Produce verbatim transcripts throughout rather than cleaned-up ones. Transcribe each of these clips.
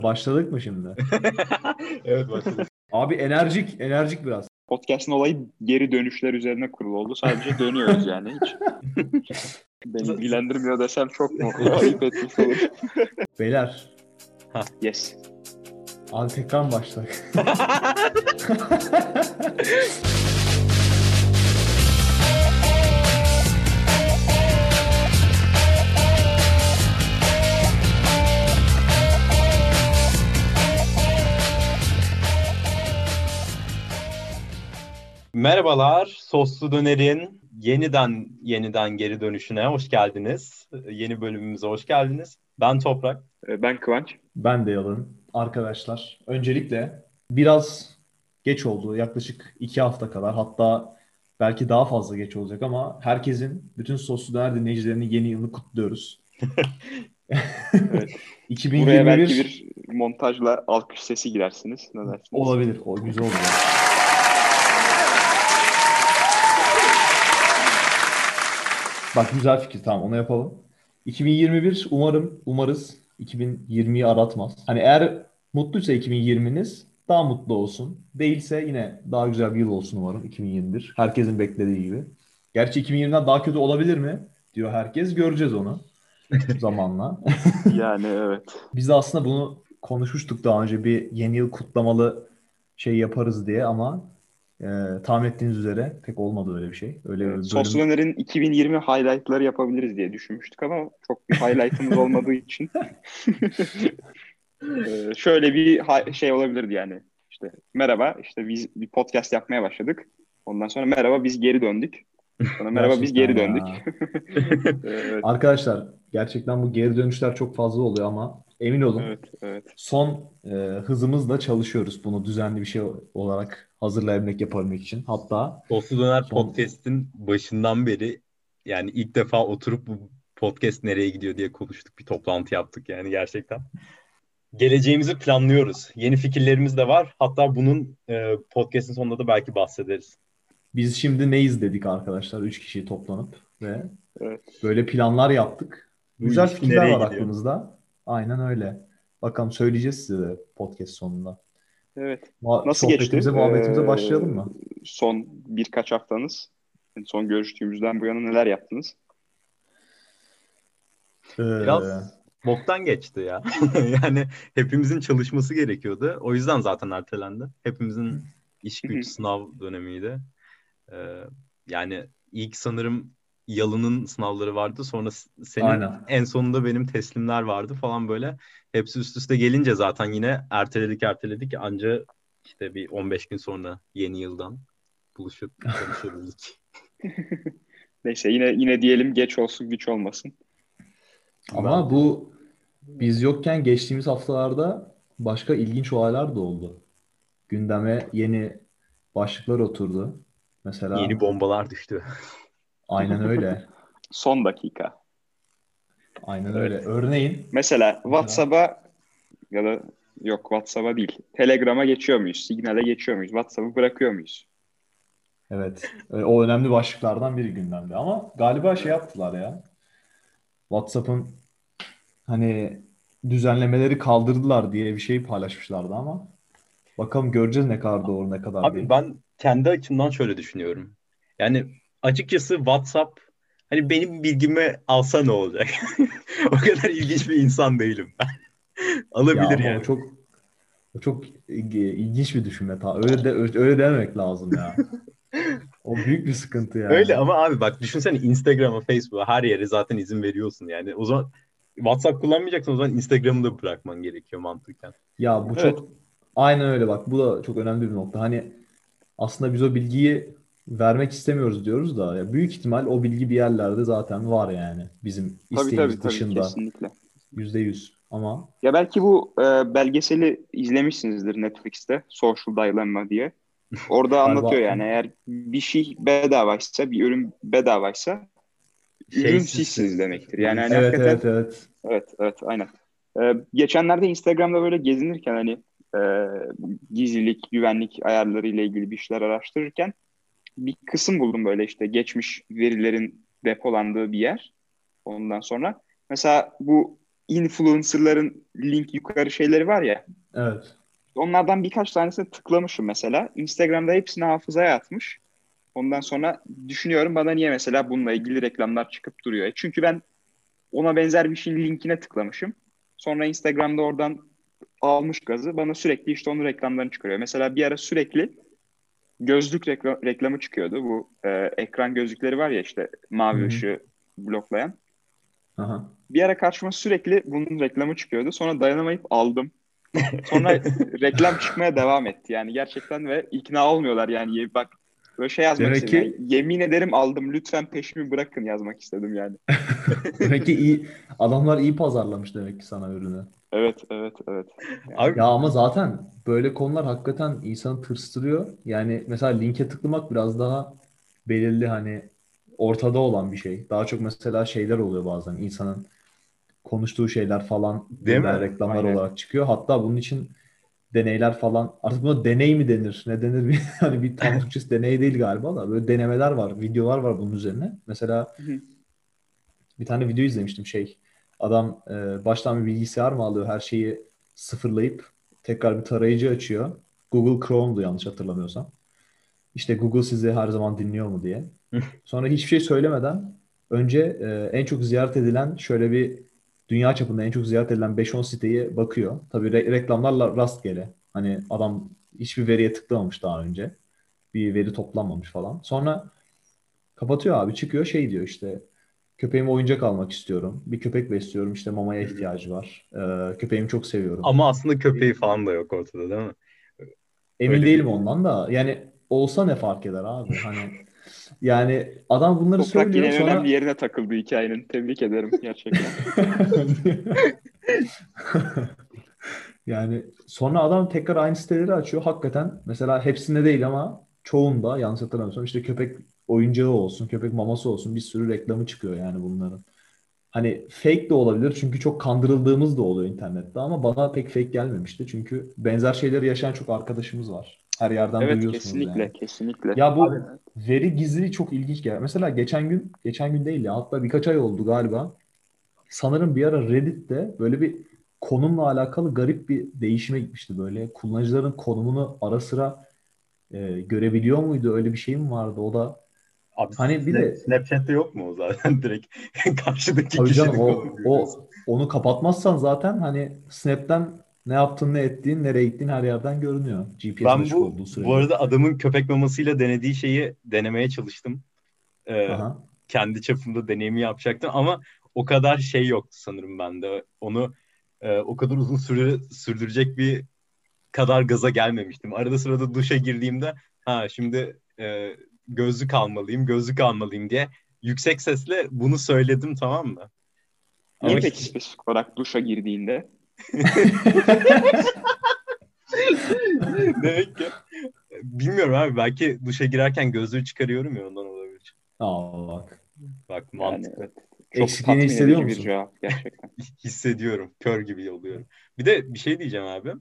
Başladık mı şimdi? Evet, başladık. Abi enerjik, enerjik biraz. Podcast'ın olayı geri dönüşler üzerine kurulu oldu. Sadece dönüyoruz yani hiç. Beni ilgilendirmiyor desem çok mu ayıp etmiş olur. Beyler, Yes. abi tekrar mı başladık? Merhabalar, Soslu Döner'in yeniden yeniden geri dönüşüne hoş geldiniz. Yeni bölümümüze hoş geldiniz. Ben Toprak. Ee, Ben Kıvanç. Ben de Yalın. Arkadaşlar, öncelikle biraz geç oldu. Yaklaşık iki hafta kadar. Hatta belki daha fazla geç olacak ama herkesin, bütün Soslu Döner dinleyicilerinin yeni yılını kutluyoruz. Evet. Buraya belki iki bin yirmi bir bir montajla alkış sesi girersiniz. Ne dersiniz? olabilir. O güzel olur. Bak güzel fikir, tamam, onu yapalım. iki bin yirmi bir umarım, umarız iki bin yirmiyi aratmaz. Hani eğer mutluysa iki bin yirminiz daha mutlu olsun. Değilse yine daha güzel bir yıl olsun umarım iki bin yirmi bir. Herkesin beklediği gibi. Gerçi iki bin yirmiden daha kötü olabilir mi diyor herkes. Göreceğiz onu zamanla. Yani evet. Biz de aslında bunu konuşmuştuk daha önce, bir yeni yıl kutlamalı şey yaparız diye ama e, tahmin ettiğiniz üzere pek olmadı öyle bir şey. Öyle Evet. bir Soslu bölüm. Döner'in iki bin yirmi highlight'ları yapabiliriz diye düşünmüştük ama çok bir highlight'ımız olmadığı için e, şöyle bir ha- şey olabilirdi yani. İşte merhaba, işte biz bir podcast yapmaya başladık. Ondan sonra merhaba biz geri döndük. Sonra merhaba biz Gerçekten geri döndük. ya. Evet, Arkadaşlar gerçekten bu geri dönüşler çok fazla oluyor ama emin olun evet, evet. son e, hızımızla çalışıyoruz bunu düzenli bir şey olarak hazırlayabilmek, yapabilmek için. Hatta Soslu Döner son Podcast'in başından beri yani ilk defa oturup bu podcast nereye gidiyor diye konuştuk. Bir toplantı yaptık yani gerçekten. Geleceğimizi planlıyoruz. Yeni fikirlerimiz de var. Hatta bunun e, podcast'in sonunda da belki bahsederiz. biz şimdi neyiz dedik arkadaşlar, üç kişi toplanıp ve Evet. böyle planlar yaptık. Bu Güzel ilişki fikirler nereye var gidiyor? aklımızda. Aynen öyle. Bakalım, söyleyeceğiz size de podcast sonunda. Evet. Muha- Nasıl geçti? Sohbetimize, muhabbetimize Ee, başlayalım mı? son birkaç haftanız. En son görüştüğümüzden bu yana neler yaptınız? Ee, Biraz boktan geçti ya. Yani hepimizin çalışması gerekiyordu. O yüzden zaten ertelendi. Hepimizin iş güç sınav dönemiydi. Ee, yani ilk sanırım Yalın'ın sınavları vardı. Sonra s- senin aynen. en sonunda benim teslimler vardı falan böyle. Hepsi üst üste gelince zaten yine erteledik erteledik. Anca işte bir on beş gün sonra yeni yıldan buluşup konuşabildik. Neyse yine yine diyelim geç olsun güç olmasın. Ama Bence de. bu biz yokken geçtiğimiz haftalarda başka ilginç olaylar da oldu. Gündeme yeni başlıklar oturdu. Yeni Mesela bombalar düştü. aynen öyle. Son dakika. Aynen öyle. Evet. Örneğin Mesela mesela WhatsApp'a ya da yok WhatsApp'a değil. Telegram'a geçiyor muyuz? Signal'e geçiyor muyuz? WhatsApp'ı bırakıyor muyuz? evet, e, o önemli başlıklardan biri gündemde. Ama galiba şey Evet. yaptılar ya. WhatsApp'ın hani düzenlemeleri kaldırdılar diye bir şey paylaşmışlardı ama bakalım, göreceğiz ne kadar doğru ne kadar Abi değil. ben kendi açımdan şöyle düşünüyorum. Yani açıkçası WhatsApp hani benim bilgimi alsa ne olacak? O kadar ilginç bir insan değilim ben. Ya Alabilir ama o yani. çok o çok ilgi- ilginç bir düşünme. Ta öyle de öyle dememek lazım ya. O büyük bir sıkıntı Öyle yani. ama abi bak düşünsene Instagram'a, Facebook'a her yere zaten izin veriyorsun yani. O zaman WhatsApp kullanmayacaksan o zaman Instagram'ı da bırakman gerekiyor mantıken. Ya bu Evet. çok aynen öyle, bak bu da çok önemli bir nokta. Hani aslında biz o bilgiyi vermek istemiyoruz diyoruz da ya büyük ihtimal o bilgi bir yerlerde zaten var yani. Bizim Tabii tabii isteğimiz tabii dışında kesinlikle. yüzde yüz ama Ya belki bu e, belgeseli izlemişsinizdir Netflix'te. Social Dilemma diye. Orada anlatıyor galiba yani eğer bir şey bedavaysa, bir ürün bedavaysa ürün sizsiniz Şeysizsiniz, demektir. Yani hani ürünsüz. evet hakikaten evet evet. evet evet aynen. Ee, geçenlerde Instagram'da böyle gezinirken hani e, gizlilik, güvenlik ayarları ile ilgili bir şeyler araştırırken bir kısım buldum böyle işte geçmiş verilerin depolandığı bir yer. Ondan sonra mesela bu influencerların link yukarı şeyleri var ya. Evet. Onlardan birkaç tanesine tıklamışım mesela. Instagram'da hepsini hafızaya atmış. Ondan sonra düşünüyorum bana niye mesela bununla ilgili reklamlar çıkıp duruyor. E Çünkü ben ona benzer bir şeyin linkine tıklamışım. Sonra Instagram'da oradan almış gazı. Bana sürekli işte onun reklamlarını çıkarıyor. Mesela bir ara sürekli gözlük rekla- reklamı çıkıyordu. Bu e, ekran gözlükleri var ya işte Hı mavi hı. ışığı bloklayan. Aha. Bir ara karşıma sürekli bunun reklamı çıkıyordu. Sonra dayanamayıp aldım. Sonra reklam çıkmaya devam etti. Yani gerçekten ve ikna olmuyorlar. Yani Ye- bak böyle şey yazmak Demek istedim. Yani ki yemin ederim aldım. Lütfen peşimi bırakın yazmak istedim yani. demek ki iyi adamlar iyi pazarlamış demek ki sana ürünü. Evet, evet, evet. Yani Abi Ya ama zaten böyle konular hakikaten insanı tırstırıyor. Yani mesela linke tıklamak biraz daha belirli hani ortada olan bir şey. Daha çok mesela şeyler oluyor bazen insanın konuştuğu şeyler falan değil birden mi? reklamlar aynen. olarak çıkıyor. Hatta bunun için deneyler falan artık buna deney mi denir? Ne denir? Bir, hani bir tam Türkçesi deney değil galiba da böyle denemeler var, videolar var bunun üzerine. Mesela Hı hı. bir tane video izlemiştim şey. Adam e, baştan bir bilgisayar mı alıyor her şeyi sıfırlayıp tekrar bir tarayıcı açıyor. Google Chrome'du yanlış hatırlamıyorsam. İşte Google sizi her zaman dinliyor mu diye. Sonra hiçbir şey söylemeden önce e, en çok ziyaret edilen şöyle bir dünya çapında en çok ziyaret edilen beş on siteye bakıyor. Tabii re- reklamlarla rastgele. Hani adam hiçbir veriye tıklamamış daha önce. Bir veri toplanmamış falan. Sonra kapatıyor abi çıkıyor şey diyor işte köpeğime oyuncak almak istiyorum. Bir köpek besliyorum işte mamaya ihtiyacı var. Ee, köpeğimi çok seviyorum. Ama aslında köpeği falan da yok ortada değil mi? Emin Öyle değilim bir ondan da yani olsa ne fark eder abi hani yani adam bunları Toprak yine söylüyor en önemli sonra yerine takıldı hikayenin. Tebrik ederim gerçekten. yani sonra adam tekrar aynı siteleri açıyor. Hakikaten mesela hepsinde değil ama çoğunda yanlış hatırlamıyorsam işte köpek oyuncağı olsun, köpek maması olsun bir sürü reklamı çıkıyor yani bunların. Hani fake de olabilir çünkü çok kandırıldığımız da oluyor internette ama bana pek fake gelmemişti. Çünkü benzer şeyleri yaşayan çok arkadaşımız var. Her yerden Evet, duyuyorsunuz yani. kesinlikle, kesinlikle. Ya abi. bu veri gizliliği çok ilginç geliyor. Mesela geçen gün, geçen gün değil ya hatta birkaç ay oldu galiba. Sanırım bir ara Reddit'te böyle bir konumla alakalı garip bir değişime gitmişti böyle. Kullanıcıların konumunu ara sıra e, görebiliyor muydu? Öyle bir şey mi vardı? O da Abi hani bir Snap, de Snapchat'te yok mu o zaten? Direkt karşıdaki tabii canım kişinin o konumunu görüyorsun. o onu kapatmazsan zaten hani Snap'ten ne yaptın, ne ettiğin, nereye gittiğin her yerden görünüyor. G P S'in Ben açık bu olduğu bu sürece. arada adamın köpek mamasıyla denediği şeyi denemeye çalıştım. Ee, Aha. kendi çapımda deneyimi yapacaktım ama o kadar şey yoktu sanırım bende. Onu e, o kadar uzun süre sürdürecek bir kadar gaza gelmemiştim. Arada sırada duşa girdiğimde ha şimdi e, gözlük almalıyım, gözlük almalıyım diye yüksek sesle bunu söyledim, tamam mı? Niye Ama peki hiç spesifik olarak duşa girdiğinde? demek ki bilmiyorum abi, belki duşa girerken gözlüğü çıkarıyorum ya, ondan olabilir. Aa, bak. Bak, Yani mantıklı. evet, çok Eksikliğini tatmin hissediyor edici bir musun? cevap gerçekten. Hissediyorum. Kör gibi oluyorum. Bir de bir şey diyeceğim abi.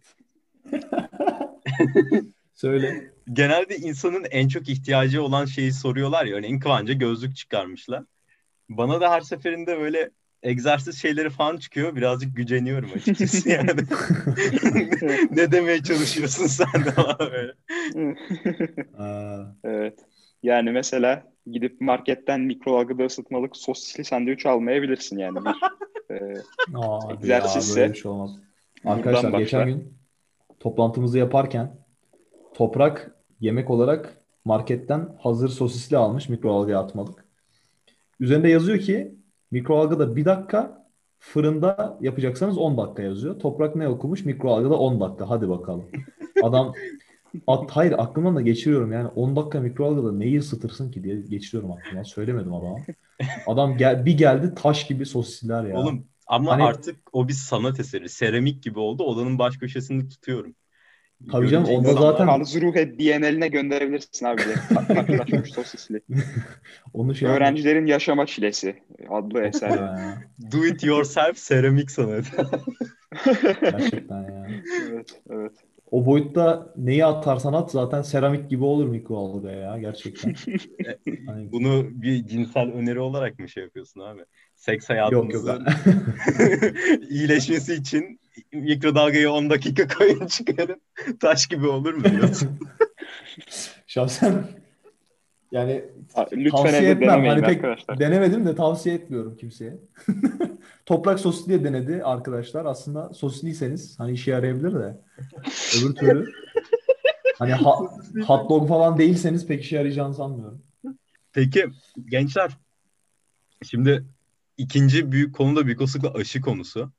Söyle. Genelde insanın en çok ihtiyacı olan şeyi soruyorlar ya. Örneğin Kıvanç'a gözlük çıkarmışlar. Bana da her seferinde böyle egzersiz şeyleri falan çıkıyor. Birazcık güceniyorum açıkçası yani. Ne demeye çalışıyorsun sen de bana böyle? Aa, Evet. Yani mesela gidip marketten mikrodalgada ısıtmalık sosisli sandviç almayabilirsin yani bir e, abi ya böyle bir egzersizse şey olmaz. Arkadaşlar buradan geçen başla. gün toplantımızı yaparken Toprak yemek olarak marketten hazır sosisli almış mikrodalgaya atmalık. Üzerinde yazıyor ki mikrodalgada bir dakika, fırında yapacaksanız on dakika yazıyor. Toprak ne okumuş? Mikrodalgada on dakika. Hadi bakalım. Adam at, hayır aklımdan da geçiriyorum yani on dakika mikrodalgada neyi ısıtırsın ki diye geçiriyorum aklımdan. Söylemedim adama. Adam gel, bir geldi taş gibi sosisler ya. Oğlum ama Hani artık o bir sanat eseri. Seramik gibi oldu. Odanın baş köşesinde tutuyorum. tabii canım Görünce onda insanlar zaten Karlsruhe Bienali'ne gönderebilirsin abi direkt. Ta- taşlaşmış sosisli. onu şey yapmak Öğrencilerin Yaşama Çilesi adlı çok eser fena yani. ya. do it yourself seramik sanatı. Gerçekten ya. Evet, evet. O boyutta neyi atarsan at zaten seramik gibi olur mikrodalgaya ya gerçekten. Hani Bunu bir cinsel öneri olarak mı şey yapıyorsun abi? seks Yok yok. hayatınızın iyileşmesi için mikrodalgaya on dakika koyun çıkarın. Taş gibi olur mu diyorsun? Şahsen yani Ha, lütfen tavsiye evde etmem. denemeyin Hani pek arkadaşlar. denemedim de tavsiye etmiyorum kimseye. Toprak soslu diye denedi arkadaşlar. Aslında sosisliyseniz hani işe yarayabilir de. Öbür türlü hani ha- hot dog falan değilseniz pek işe yarayacağını sanmıyorum. Peki gençler, şimdi ikinci büyük konu da büyük olasılıkla aşı konusu.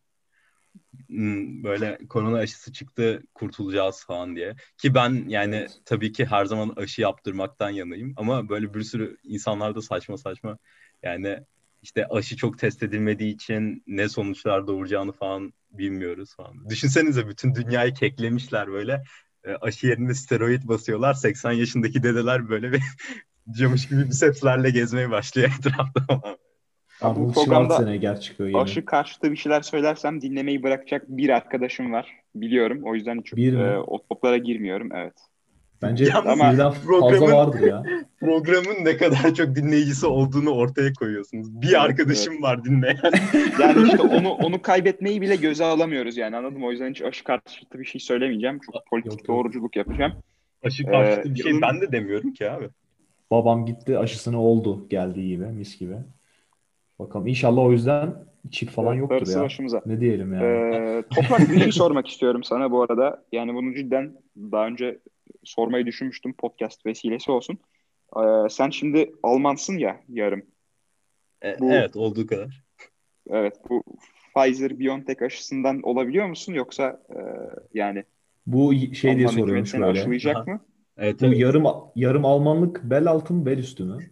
Hmm, Böyle korona aşısı çıktı, kurtulacağız falan diye. Ki ben yani Evet. tabii ki her zaman aşı yaptırmaktan yanayım. Ama böyle bir sürü insanlar da saçma saçma yani işte aşı çok test edilmediği için ne sonuçlar doğuracağını falan bilmiyoruz falan. Düşünsenize bütün dünyayı keklemişler böyle. E, aşı yerine steroid basıyorlar. seksen yaşındaki dedeler böyle bir camış gibi bisepslerle gezmeye başlıyor etrafta falan. Ya bu Arnold programda Schwarzenegger çıkıyor yeni. aşı karşıtı bir şeyler söylersem dinlemeyi bırakacak bir arkadaşım var. Biliyorum. O yüzden hiç Bir e, mi? o toplara girmiyorum. Evet. Bence Yalnız Ama birden fazla programın vardır ya. programın ne kadar çok dinleyicisi olduğunu ortaya koyuyorsunuz. Bir evet, evet. arkadaşım var dinleyen. Yani işte onu onu kaybetmeyi bile göze alamıyoruz yani, anladın mı? O yüzden hiç aşı karşıtı bir şey söylemeyeceğim. Çok politik Yok yok. doğruculuk yapacağım. Aşı Ee, karşıtı bir şey yılın ben de demiyorum ki abi. Babam gitti aşısını oldu geldiği gibi mis gibi. Bakalım inşallah o yüzden çip falan evet, yoktur darısı ya. başımıza. Ne diyelim yani. Ee, Toprak, bir şey sormak istiyorum sana bu arada. Yani bunu cidden daha önce sormayı düşünmüştüm. Podcast vesilesi olsun. Ee, sen şimdi Almansın ya yarım. E, Bu evet olduğu kadar. evet bu Pfizer-BioNTech aşısından olabiliyor musun, yoksa e, yani Bu şey diye Alman hükümeti soruyormuş seni böyle. aşılayacak Aha. mı? Evet Bu evet. yarım yarım Almanlık bel altı mı bel üstü mü?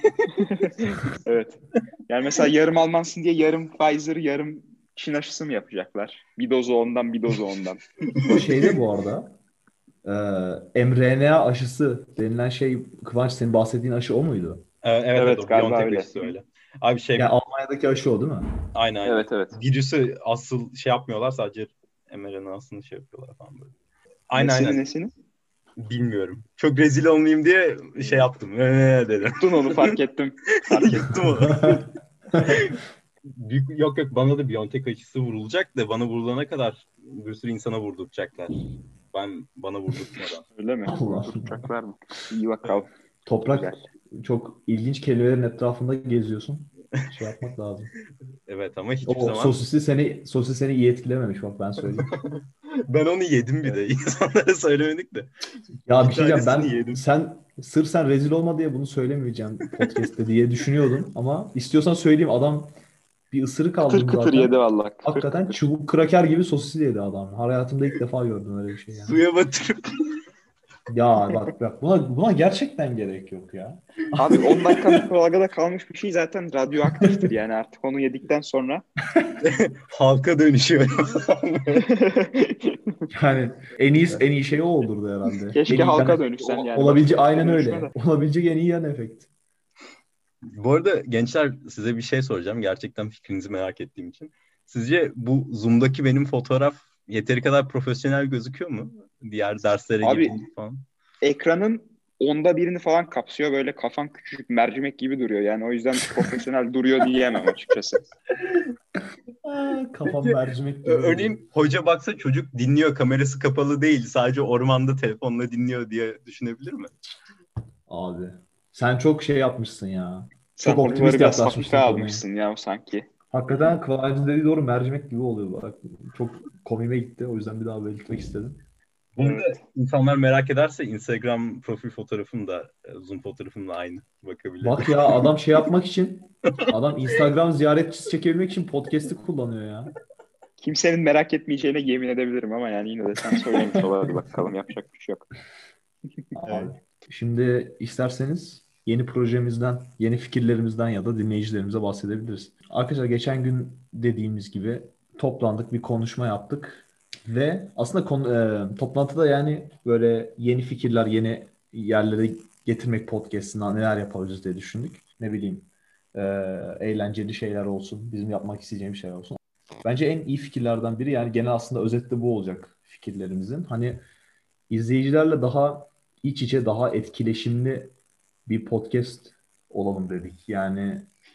Evet. Yani mesela yarım Almansın diye yarım Pfizer, yarım Çin aşısı mı yapacaklar? Bir dozu ondan, bir dozu ondan. O şeyde bu arada e, mRNA aşısı denilen şey Kıvanç senin bahsettiğin aşı o muydu? E, evet evet Evet, o galiba BioNTech öyle. aşısı öyle. Abi şey Yani Almanya'daki aşı o değil mi? aynen aynen. Evet, evet. Virüsü asıl şey yapmıyorlar, sadece mRNA'sını şey yapıyorlar falan böyle. Aynen Nesini aynen. nesini? Bilmiyorum. Çok rezil olmayayım diye şey yaptım. Ee, dedim. Yuttun onu, fark ettim. Fark ettim. Yuttum onu. Büyük, yok yok bana da BioNTech aşısı vurulacak da bana vurulana kadar bir sürü insana vurduracaklar. Ben bana vurdurtmadan. Öyle mi? Allah Allah. Vurduracaklar mı? İyi bakalım. Toprak Güzel. çok ilginç kelimelerin etrafında geziyorsun. Şey yapmak lazım. Evet ama hiçbir O zaman sosisi seni sosis seni iyi etkilememiş bak ben söyleyeyim. ben onu yedim bir Evet. de. İnsanlara söylemedik de. Ya Bir bir şey diyeceğim tanesini ben yedim. sen sırf sen rezil olma diye bunu söylemeyeceğim podcast'te diye düşünüyordum ama istiyorsan söyleyeyim adam bir ısırık Kıtır aldım kıtır zaten. yedi valla. Kıtır Hakikaten kıtır. çubuk kraker gibi sosis yedi adam. Hayatımda ilk defa gördüm öyle bir şey yani. Suya batırıp Ya bak bak buna buna gerçekten gerek yok ya. Abi on dakika mikrodalgada kalmış bir şey zaten radyoaktiftir yani, artık onu yedikten sonra. halka dönüşüyor. Yani en iyi en iyi şey o olurdu herhalde. En Keşke iyi yan halka efekt dönüşsen, o- yani başka olabilecek bir şeye aynen dönüşme öyle. de. Olabilecek en iyi yan efekt. Bu arada gençler size bir şey soracağım. Gerçekten fikrinizi merak ettiğim için. Sizce bu Zoom'daki benim fotoğraf yeteri kadar profesyonel gözüküyor mu? Diğer derslere Abi girdiğim falan. ekranın onda birini falan kapsıyor, böyle kafan küçücük mercimek gibi duruyor. Yani o yüzden profesyonel duruyor diyemem açıkçası. Aa, kafam Peki mercimek ö- gibi duruyor. örneğin hoca baksa çocuk dinliyor, kamerası kapalı değil, sadece ormanda telefonla dinliyor diye düşünebilir mi? Abi sen çok şey yapmışsın ya. Sen Çok konuları optimist biraz hafife yaklaşmışsın konuya. almışsın ya sanki. Hakikaten Kıvancı dediği doğru mercimek gibi oluyor bak. Çok komiğime gitti. O yüzden bir daha belirtmek istedim. Bu arada Evet. insanlar merak ederse Instagram profil fotoğrafım da e, Zoom fotoğrafımla aynı, bakabilirler. Bak ya adam şey yapmak için adam Instagram ziyaretçisi çekebilmek için podcast'i kullanıyor ya. Kimsenin merak etmeyeceğine yemin edebilirim ama yani yine de sen söylemiş ol, hadi bakalım, yapacak bir şey yok. Abi. Evet. Şimdi isterseniz yeni projemizden, yeni fikirlerimizden ya da dinleyicilerimize bahsedebiliriz. Arkadaşlar geçen gün dediğimiz gibi toplandık, bir konuşma yaptık ve aslında konu, e, toplantıda yani böyle yeni fikirler, yeni yerlere getirmek podcast'inden neler yapabiliriz diye düşündük. Ne bileyim, e, eğlenceli şeyler olsun, bizim yapmak isteyeceğimiz şeyler olsun. Bence en iyi fikirlerden biri yani genel aslında özetle bu olacak fikirlerimizin. Hani izleyicilerle daha iç içe, daha etkileşimli bir podcast olalım dedik. Yani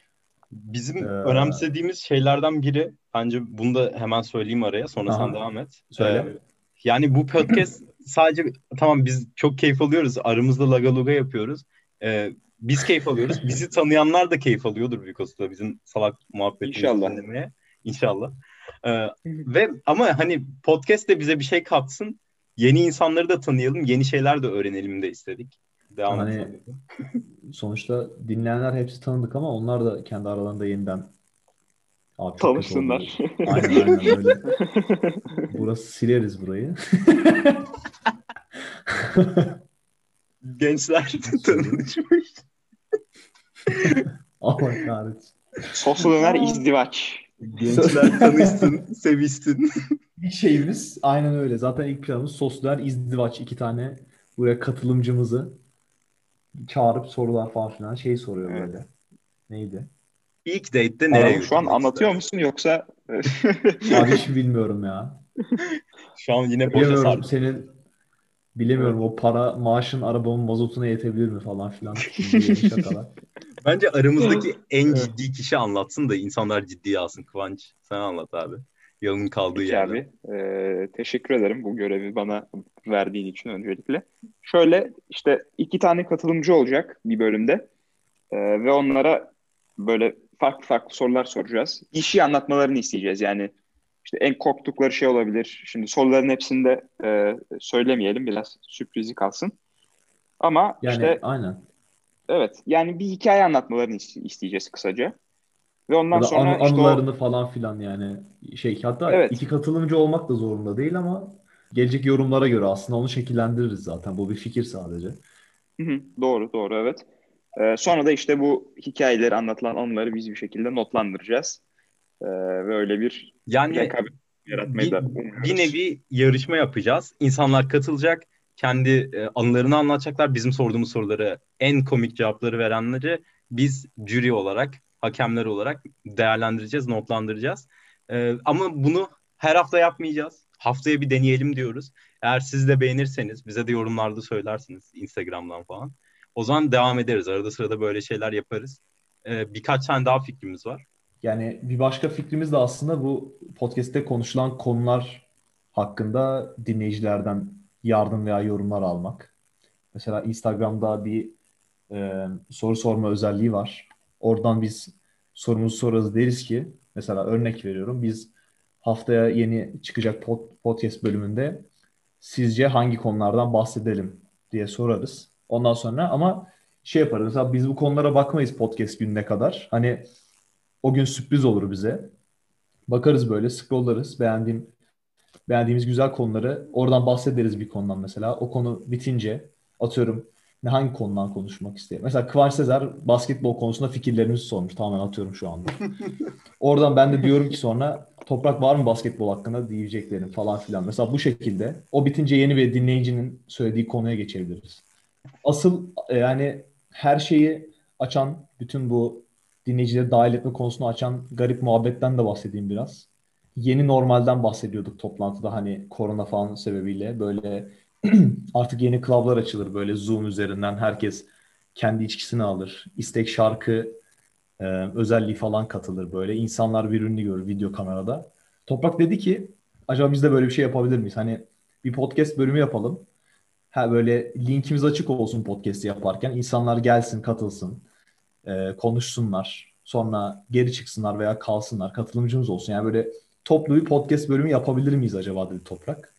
Bizim Ee, önemsediğimiz şeylerden biri, bence bunu da hemen söyleyeyim araya, sonra sen aha, devam et. Ee, söyle. yani bu podcast sadece, tamam biz çok keyif alıyoruz, aramızda laga luga yapıyoruz. Ee, biz keyif alıyoruz. Bizi tanıyanlar da keyif alıyordur büyük olasılıkla bizim salak muhabbetimizi İnşallah. dinlemeye. İnşallah. Ee, ve ama hani podcast de bize bir şey katsın. Yeni insanları da tanıyalım, yeni şeyler de öğrenelim de istedik. Devam et sen Hani de. sonuçta dinleyenler hepsi tanıdık ama onlar da kendi aralarında yeniden abi çok kötü oldu bu. Tanışsınlar. Aynen aynen öyle. Burası sileriz burayı. Gençler Nasıl söyleyeyim? tanışmış. Allah kahretsin. Soslu döner izdivaç. Gençler tanışsın, sevişsin. Bir şeyimiz aynen öyle. Zaten ilk planımız soslar izdivaç. İki tane buraya katılımcımızı çağırıp sorular falan filan şey soruyor Evet. böyle. Neydi? İlk date'de nereye Anıl şu an götürmek anlatıyor istersin? musun yoksa Abi hiç bilmiyorum ya. Şu an yine boşa Bilemiyorum sardık. senin evet. bilemiyorum o para maaşın arabamın mazotuna yetebilir mi falan filan gibi yeni şakalar. Bence aramızdaki en Evet. ciddi kişi anlatsın da insanlar ciddiye alsın. Kıvanç, sen anlat abi. Yolun kaldığı Peki yerden. abi. Ee, teşekkür ederim bu görevi bana verdiğin için öncelikle. Şöyle işte iki tane katılımcı olacak bir bölümde. Ee, ve onlara böyle farklı farklı sorular soracağız. İşi anlatmalarını isteyeceğiz. Yani işte en korktukları şey olabilir. Şimdi soruların hepsini de e, söylemeyelim. Biraz sürprizi kalsın. Ama Yani işte aynen. evet yani bir hikaye anlatmalarını iste- isteyeceğiz kısaca. Ve ondan Ya da sonra anı- işte o anılarını falan filan yani şey hatta evet. iki katılımcı olmak da zorunda değil ama gelecek yorumlara göre aslında onu şekillendiririz zaten. Bu bir fikir sadece. Hı hı, doğru doğru evet. Ee, sonra da işte bu hikayeleri anlatılan anıları biz bir şekilde notlandıracağız. Ee, ve öyle bir Yani rekabet yaratmayı bir, da bir umuyoruz. nevi yarışma yapacağız. İnsanlar katılacak. Kendi e, anılarını anlatacaklar. Bizim sorduğumuz soruları, en komik cevapları verenleri biz jüri olarak, hakemler olarak değerlendireceğiz, notlandıracağız. E, ama bunu her hafta yapmayacağız. Haftaya bir deneyelim diyoruz. Eğer siz de beğenirseniz, bize de yorumlarda söylersiniz Instagram'dan falan. O zaman devam ederiz. Arada sırada böyle şeyler yaparız. E, birkaç tane daha fikrimiz var. Yani bir başka fikrimiz de aslında bu podcast'te konuşulan konular hakkında dinleyicilerden yardım veya yorumlar almak. Mesela Instagram'da bir e, soru sorma özelliği var. Oradan biz sorumuzu sorarız deriz ki mesela örnek veriyorum biz haftaya yeni çıkacak pod- podcast bölümünde sizce hangi konulardan bahsedelim diye sorarız. Ondan sonra ama şey yaparız. Mesela biz bu konulara bakmayız podcast gününe kadar. Hani o gün sürpriz olur bize. Bakarız böyle scrolllarız. Beğendiğim beğendiğimiz güzel konuları oradan bahsederiz bir konudan mesela. O konu bitince atıyorum ne hangi konudan konuşmak isteyen. Mesela Kıvanç Sezer basketbol konusunda fikirlerimizi sormuş. Tamamen atıyorum şu anda. Oradan ben de diyorum ki sonra Toprak var mı basketbol hakkında diyeceklerim falan filan. Mesela bu şekilde o bitince yeni bir dinleyicinin söylediği konuya geçebiliriz. Asıl e, yani her şeyi açan bütün bu dinleyicileri dahil etme konusunu açan garip muhabbetten de bahsedeyim biraz. Yeni normalden bahsediyorduk toplantıda hani korona falan sebebiyle böyle artık yeni klublar açılır böyle Zoom üzerinden herkes kendi içkisini alır. İstek şarkı e, özelliği falan katılır böyle. İnsanlar birbirini görür video kamerada. Toprak dedi ki acaba biz de böyle bir şey yapabilir miyiz? Hani bir podcast bölümü yapalım. Ha böyle linkimiz açık olsun podcast'i yaparken. İnsanlar gelsin, katılsın, e, konuşsunlar. Sonra geri çıksınlar veya kalsınlar. Katılımcımız olsun. Yani böyle toplu bir podcast bölümü yapabilir miyiz acaba dedi Toprak.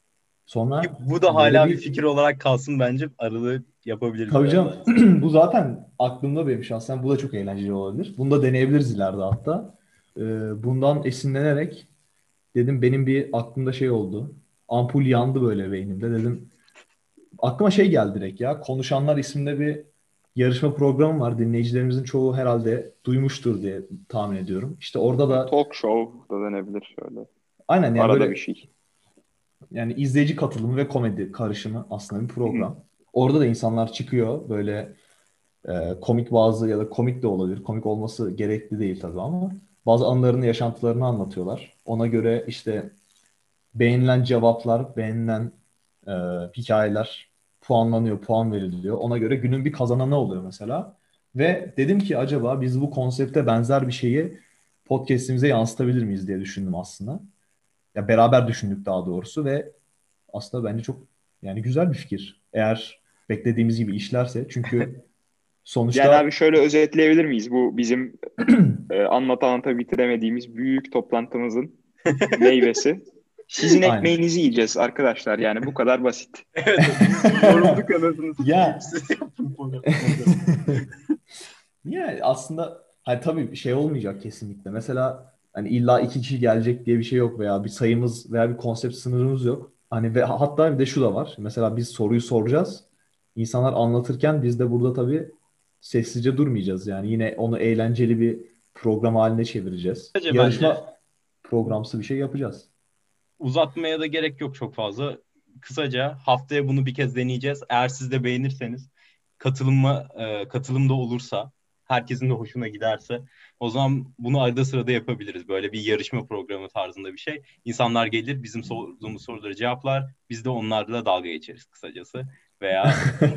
Ki Sonra bu da böyle hala bir bir fikir olarak kalsın, bence aralığı yapabiliriz tabii biraz canım daha isterseniz. bu zaten aklımda benim şahsen. Bu da çok eğlenceli olabilir. Bunu da deneyebiliriz ileride hatta. E, bundan esinlenerek dedim benim bir aklımda şey oldu. Ampul yandı böyle beynimde. Dedim aklıma şey geldi direkt ya. Konuşanlar isimde bir yarışma programı var. Dinleyicilerimizin çoğu herhalde duymuştur diye tahmin ediyorum. İşte orada Yani da talk show da denebilir şöyle. aynen yani Arada bir böyle şey. yani izleyici katılımı ve komedi karışımı aslında bir Hı hı. program. Orada da insanlar çıkıyor böyle e, komik bazı ya da komik de olabilir. Komik olması gerekli değil tabii ama bazı anılarını, yaşantılarını anlatıyorlar. Ona göre işte beğenilen cevaplar, beğenilen e, hikayeler puanlanıyor, puan veriliyor. Ona göre günün bir kazananı oluyor mesela. Ve dedim ki acaba biz bu konsepte benzer bir şeyi podcast'imize yansıtabilir miyiz diye düşündüm aslında. Ya beraber düşündük daha doğrusu ve aslında bence çok yani güzel bir fikir. Eğer beklediğimiz gibi işlerse. Çünkü Yani abi sonuçta şöyle özetleyebilir miyiz? Bu bizim e, anlata anlata bitiremediğimiz büyük toplantımızın meyvesi. Sizin aynen. ekmeğinizi yiyeceğiz arkadaşlar. Yani bu kadar basit. Evet, biz yorulduk anasını satayım. Ya Siz yapın programı. ya aslında hani tabii şey olmayacak kesinlikle. Mesela hani illa iki kişi gelecek diye bir şey yok veya bir sayımız veya bir konsept sınırımız yok. Hani ve hatta bir de şu da var. Mesela biz soruyu soracağız. İnsanlar anlatırken biz de burada tabii sessizce durmayacağız. Yani yine onu eğlenceli bir program haline çevireceğiz. Bence bence Yarışma programsı bir şey yapacağız. uzatmaya da gerek yok çok fazla. Kısaca haftaya bunu bir kez deneyeceğiz. Eğer siz de beğenirseniz, katılımma e, katılım da olursa, herkesin de hoşuna giderse, o zaman bunu arada sırada yapabiliriz. Böyle bir yarışma programı tarzında bir şey. İnsanlar gelir, bizim sorduğumuz soruları cevaplar. Biz de onlarla dalga geçeriz kısacası. Veya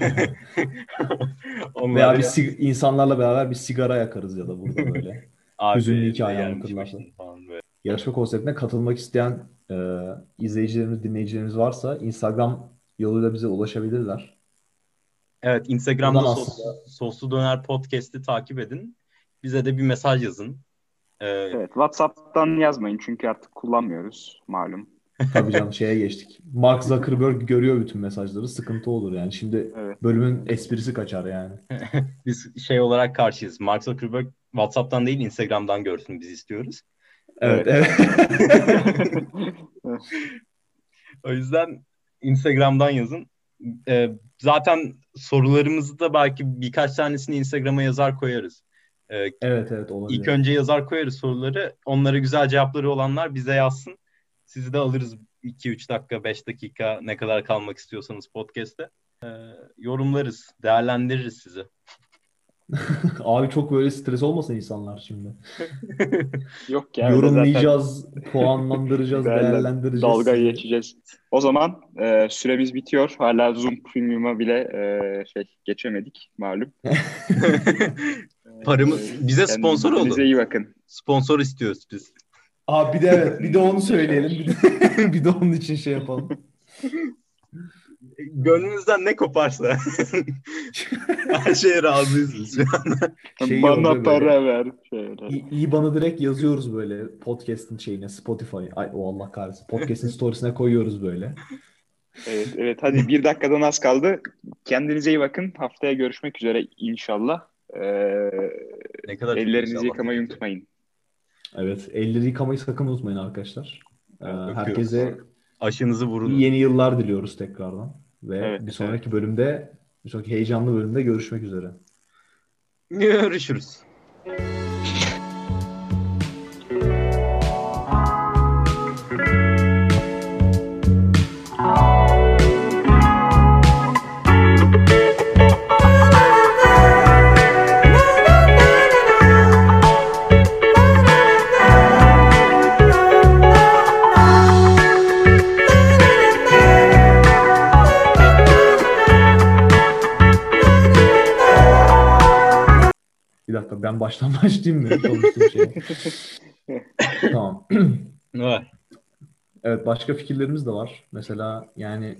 Veya bir onlarla sig- insanlarla beraber bir sigara yakarız ya da burada böyle. Hüzünlü abi ne hikaye gelmiş anlatırlarsa. başına falan böyle. Yarışma konseptine katılmak isteyen e, izleyicilerimiz, dinleyicilerimiz varsa Instagram yoluyla bize ulaşabilirler. Evet, Buradan Instagram'da sos, aslında Soslu Döner Podcast'i takip edin. Bize de bir mesaj yazın. Ee, Evet, WhatsApp'tan yazmayın çünkü artık kullanmıyoruz malum. tabii canım şeye geçtik. Mark Zuckerberg görüyor bütün mesajları. Sıkıntı olur yani. Şimdi Evet. bölümün esprisi kaçar yani. Biz şey olarak karşıyız. Mark Zuckerberg WhatsApp'tan değil Instagram'dan görsün biz istiyoruz. Evet, Evet. evet. O yüzden Instagram'dan yazın. Ee, zaten sorularımızı da belki birkaç tanesini Instagram'a yazar koyarız. Ee, Evet, evet ilk olabilir. önce yazar koyarız soruları. Onlara güzel cevapları olanlar bize yazsın. Sizi de alırız iki üç dakika, beş dakika ne kadar kalmak istiyorsanız podcast'te. Yorumlarız, değerlendiririz sizi. Abi çok böyle stres olmasın insanlar şimdi. Yok ya öyle zaten Yorumlayacağız, puanlandıracağız, değerler değerlendireceğiz dalga sizi. geçeceğiz. O zaman e, süremiz bitiyor. Hala Zoom Premium'a bile e, şey geçemedik malum. Paramı E, bize sponsor Kendinize olun. iyi bakın. Sponsor istiyoruz biz. Abi bir de evet, bir de onu İnşallah. söyleyelim. Bir de, bir de onun için şey yapalım. Gönlünüzden ne koparsa. Her şeye razıyız biz şu anda. Şey Bana oluyor böyle. para ver. Şöyle. İ- İBAN'ı direkt yazıyoruz böyle podcast'in şeyine, Spotify. Ay o Allah kahretsin. Podcast'in storiesine koyuyoruz böyle. Evet, evet. Hadi bir dakikadan az kaldı. Kendinize iyi bakın. Haftaya görüşmek üzere inşallah. Ee, Ne kadar çok ellerinizi inşallah yıkamayı dedik ya. unutmayın. Evet, elleri yıkamayı sakın unutmayın arkadaşlar. Ee, Evet, Öpüyoruz. herkese Aşınızı iyi vurunuz. yeni yıllar diliyoruz tekrardan. Ve evet, bir evet. sonraki bölümde, bir sonraki heyecanlı bölümde görüşmek üzere. Görüşürüz. Bir dakika ben baştan başlayayım mı konuştuğum şeye? Tamam. Vay. Evet başka fikirlerimiz de var. Mesela yani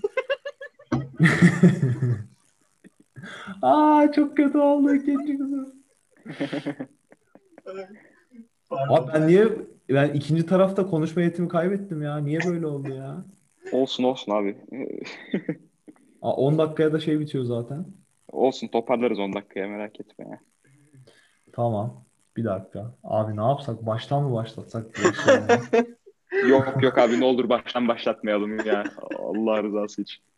Aa çok kötü oldu ikinci kızım. Abi ben niye ben ikinci tarafta konuşma yetimi kaybettim ya. Niye böyle oldu ya? Olsun olsun abi. Aa, on dakikaya da şey bitiyor zaten. Olsun toparlarız on dakikaya merak etme ya. Tamam. Bir dakika. Abi ne yapsak? Baştan mı başlatsak? Başlayalım ya. Yok yok abi ne olur baştan başlatmayalım ya. Allah rızası için.